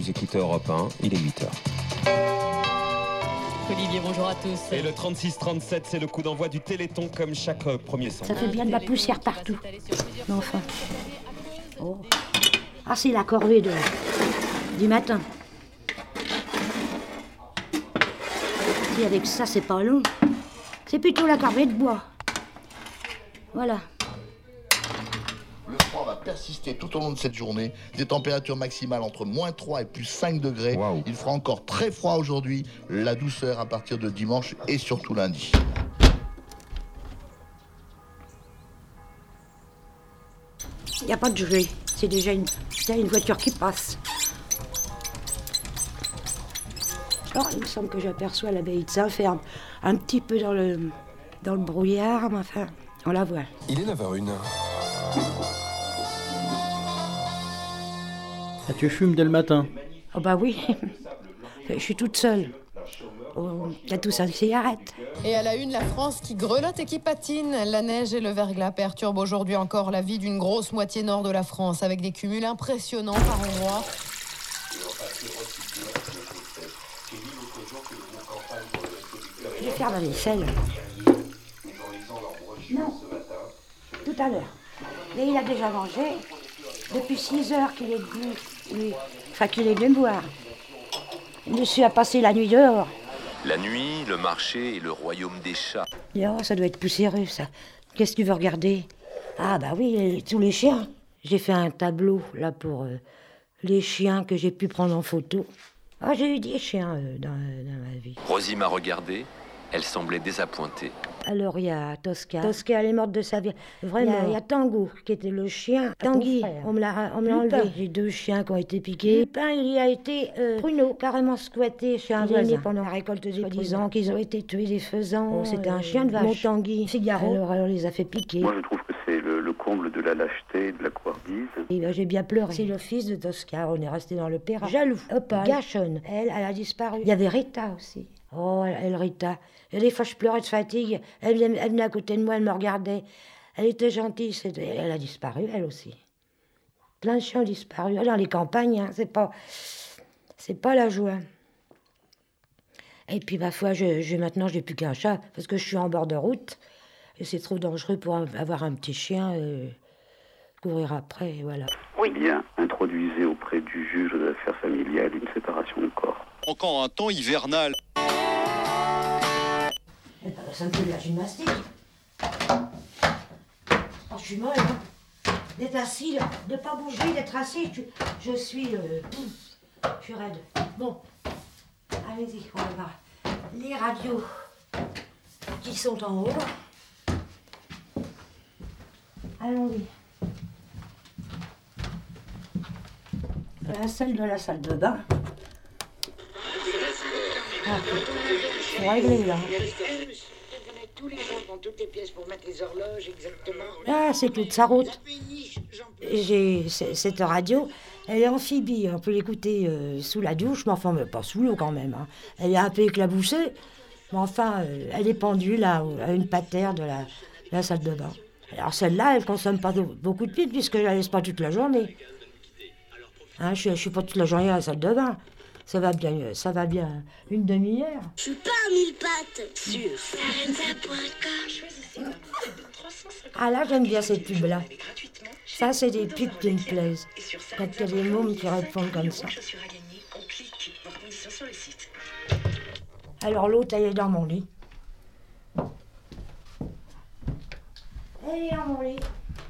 vous écoutez Europe 1, il est 8h. Olivier, bonjour à tous. Et le 36-37, c'est le coup d'envoi du Téléthon comme chaque premier samedi. Ça fait bien de la poussière partout. Mais enfin. Oh. Ah, c'est la corvée du matin. Et avec ça, c'est pas long. C'est plutôt la corvée de bois. Voilà. Le froid va persister tout au long de cette journée. Des températures maximales entre -3 et +5 degrés. Wow. Il fera encore très froid aujourd'hui. La douceur à partir de dimanche et surtout lundi. Il n'y a pas de gelée. C'est déjà une voiture qui passe. Alors, il me semble que j'aperçois l'abbaye de Saint-Ferme. Un petit peu dans le brouillard, mais enfin, on la voit. Il est 9h01. Ah, tu fumes dès le matin? Oh bah oui, je suis toute seule. Oh, il y a tous 5 cigarettes. Et à la une, la France qui grelotte et qui patine. La neige et le verglas perturbent aujourd'hui encore la vie d'une grosse moitié nord de la France, avec des cumuls impressionnants par endroits. Je vais faire la vaisselle. Non, tout à l'heure. Mais il a déjà mangé. Depuis 6 heures qu'il est debout, lui. Enfin, qu'il est venu me voir. Monsieur a passé la nuit dehors. La nuit, le marché et le royaume des chats. Oh, ça doit être poussiéreux, ça. Qu'est-ce que tu veux regarder? Ah, bah oui, tous les chiens. J'ai fait un tableau, là, pour les chiens que j'ai pu prendre en photo. Ah, j'ai eu des chiens dans ma vie. Rosie m'a regardé, elle semblait désappointée. Alors, il y a Tosca. Tosca, elle est morte de sa vie. Vraiment. Il y a Tango, qui était le chien. Tanguy, on me l'a enlevé. J'ai 2 chiens qui ont été piqués. Lupin, il y a été pruneau, carrément squatté chez un voisin pendant la récolte des disant qu'ils ont été tués des faisans. Oh, c'était un chien de vache. Mon Tanguy. Figaro. Alors, on les a fait piquer. Moi, je trouve que c'est le comble de la lâcheté, de la couardise. Et ben, j'ai bien pleuré. C'est le fils de Tosca. On est resté dans le Péra. Jaloux. Opal. Gachonne. Elle a disparu. Il y avait Rita aussi. Oh, elle, Rita. Et des fois, je pleurais de fatigue. Elle venait à côté de moi, elle me regardait. Elle était gentille. Elle a disparu, elle aussi. Plein de chiens ont disparu. Dans les campagnes, hein, c'est pas la joie. Et puis, ma foi, maintenant, j'ai plus qu'un chat, parce que je suis en bord de route. Et c'est trop dangereux pour avoir un petit chien, courir après, voilà. Oui. Bien, introduisez auprès du juge de l'affaire familiale une séparation de corps. Encore un temps hivernal. Ça me fait de la gymnastique. Oh, je suis molle, hein. D'être assis, de ne pas bouger, d'être assis, je suis raide. Bon, allez-y, on va voir les radios qui sont en haut. Allons-y. Celle de la salle de bain. Ah, faut régler là. Ah, c'est Claude Sarraute. J'ai cette radio, elle est amphibie, on peut l'écouter sous la douche, mais enfin, pas sous l'eau quand même. Hein. Elle est un peu éclaboussée, mais enfin, elle est pendue là, à une patère de la salle de bain. Alors celle-là, elle consomme pas beaucoup de piles, puisque je la laisse pas toute la journée. Hein, je suis pas toute la journée à la salle de bain. Ça va bien une demi-heure. Je suis pas à 1000 pattes sur Farenza.com. Ah là, j'aime bien ces pubs-là. Ça, c'est des pubs qui me plaisent. Quand il y a des mômes qui répondent comme ça. Alors l'autre, elle est dans mon lit. Elle est dans mon lit.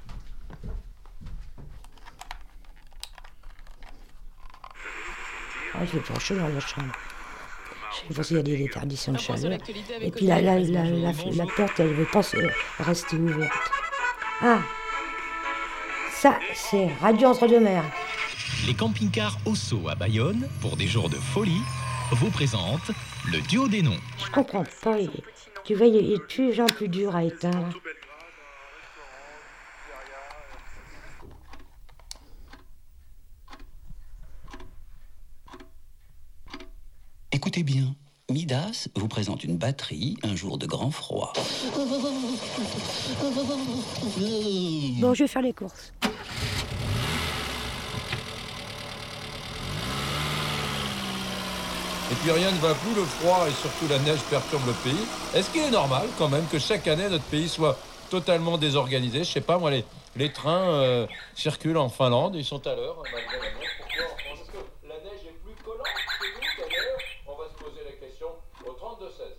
Ah, il fait pas chaud dans la chambre. Je sais pas s'il y a des déperditions de chaleur. Et puis la porte, elle ne veut pas rester ouverte. Ah, ça, c'est Radio Entre-deux-Mers. Les camping-cars Osso à Bayonne, pour des jours de folie, vous présentent le duo des noms. Je comprends pas. Tu vois, il est de plus en plus dur à éteindre. Écoutez bien, Midas vous présente une batterie un jour de grand froid. Bon, je vais faire les courses. Et puis rien ne va plus, le froid et surtout la neige perturbent le pays. Est-ce qu'il est normal quand même que chaque année notre pays soit totalement désorganisé? Je sais pas moi, les trains circulent en Finlande, ils sont à l'heure malgré la neige. Pourquoi en France? Est-ce que la neige est plus collante chez nous qu'à l'heure? On va se poser la question au 32-16.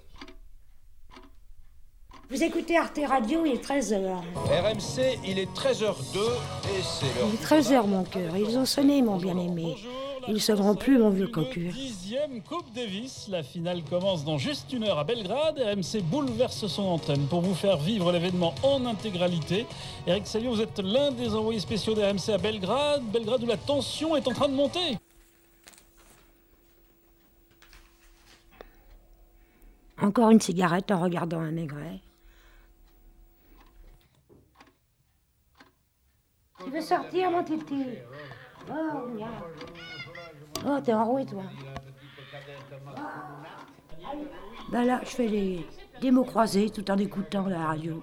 Vous écoutez Arte Radio, il est 13h. RMC, il est 13h02 et c'est l'heure. Il est 13h, mon cœur. Ils ont sonné, mon bien-aimé. Ils ne sonneront plus, mon vieux cocu. 10e Coupe Davis. La finale commence dans juste une heure à Belgrade. RMC bouleverse son antenne pour vous faire vivre l'événement en intégralité. Eric Salio, vous êtes l'un des envoyés spéciaux d'RMC à Belgrade. Belgrade où la tension est en train de monter. Encore une cigarette en regardant un maigret. Tu veux sortir, mon titi? Oh, regarde. Oh, t'es enroué, toi. Ben là, je fais des mots croisés tout en écoutant la radio.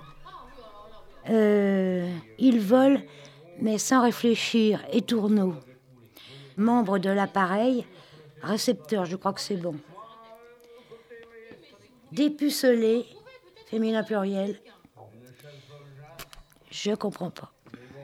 Il vole, mais sans réfléchir, étourneau. Membre de l'appareil, récepteur, je crois que c'est bon. Dépucelé, féminin pluriel. Je comprends pas.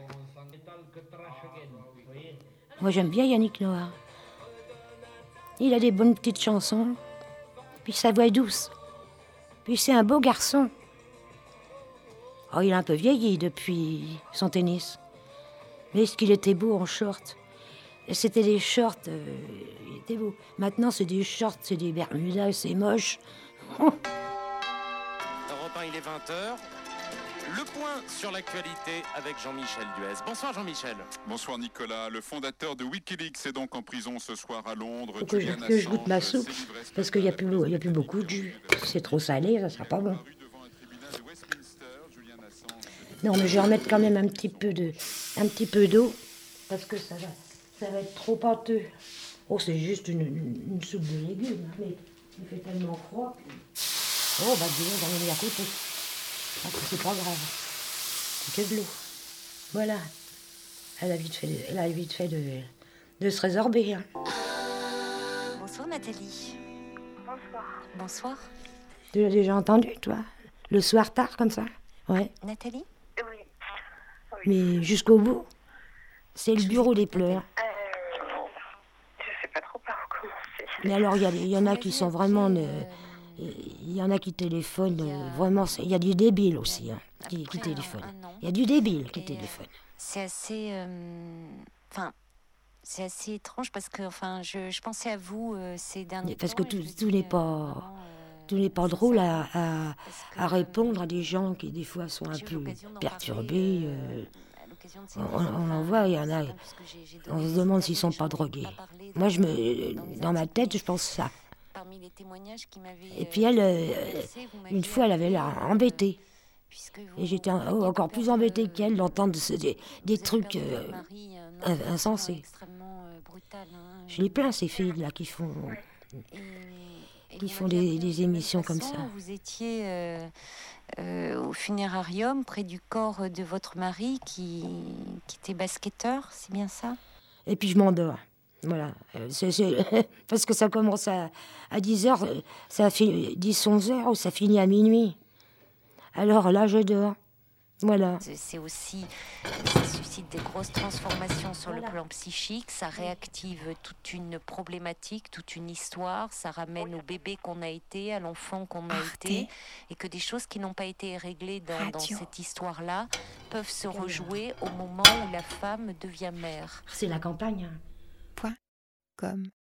Moi, j'aime bien Yannick Noah. Il a des bonnes petites chansons. Puis sa voix est douce. Puis c'est un beau garçon. Oh, il a un peu vieilli depuis son tennis. Mais est-ce qu'il était beau en short? C'était des shorts, il était beau. Maintenant, c'est des shorts, c'est des bermudas, c'est moche. Europe 1, il est 20h. Le point sur l'actualité avec Jean-Michel Duez. Bonsoir Jean-Michel. Bonsoir Nicolas. Le fondateur de Wikileaks est donc en prison ce soir à Londres. Faut que je goûte ma soupe, parce qu'il n'y a plus beaucoup de jus. Si c'est trop salé, ça sera pas bon. Non, mais je vais remettre quand même un petit peu d'eau, parce que ça va être trop pâteux. Oh, c'est juste une soupe de légumes, hein, mais il fait tellement froid. Oh, bah dis donc, j'en ai mis à côté. C'est pas grave. C'est que de l'eau. Voilà. Elle a vite fait de se résorber. Hein. Bonsoir Nathalie. Bonsoir. Bonsoir. Tu l'as déjà entendu, toi? Le soir tard, comme ça? Ouais. Nathalie? Oui. Mais jusqu'au bout? C'est le bureau des pleurs. Je sais pas trop par où commencer. Mais alors, il y en a qui sont vraiment... Il y en a qui téléphonent, vraiment, il y a du débile aussi, hein, qui téléphone. Il y a du débile qui téléphone. C'est assez... c'est assez étrange parce que, je pensais à vous ces derniers temps. Parce que tout n'est pas drôle à répondre à des gens qui, des fois, sont un peu perturbés. On en voit, il y en a... On se demande s'ils ne sont pas drogués. Moi, dans ma tête, je pense ça. Parmi les témoignages qui m'avaient... Et puis elle, une fois, elle avait l'air embêtée. Et j'étais encore plus embêtée qu'elle d'entendre des trucs insensés. Je les plains, ces filles-là, qui font des émissions comme ça. Vous étiez au funérarium, près du corps de votre mari, qui était basketteur, c'est bien ça? Et puis je m'endors. Voilà, parce que ça commence à 10h, ça fait 10-11h, ou ça finit à minuit. Alors là, je dors. Voilà. C'est aussi, ça suscite des grosses transformations sur le plan psychique, ça réactive toute une problématique, toute une histoire, ça ramène au bébé qu'on a été, à l'enfant qu'on a été, et que des choses qui n'ont pas été réglées dans cette histoire-là peuvent se rejouer au moment où la femme devient mère. C'est la campagne. .com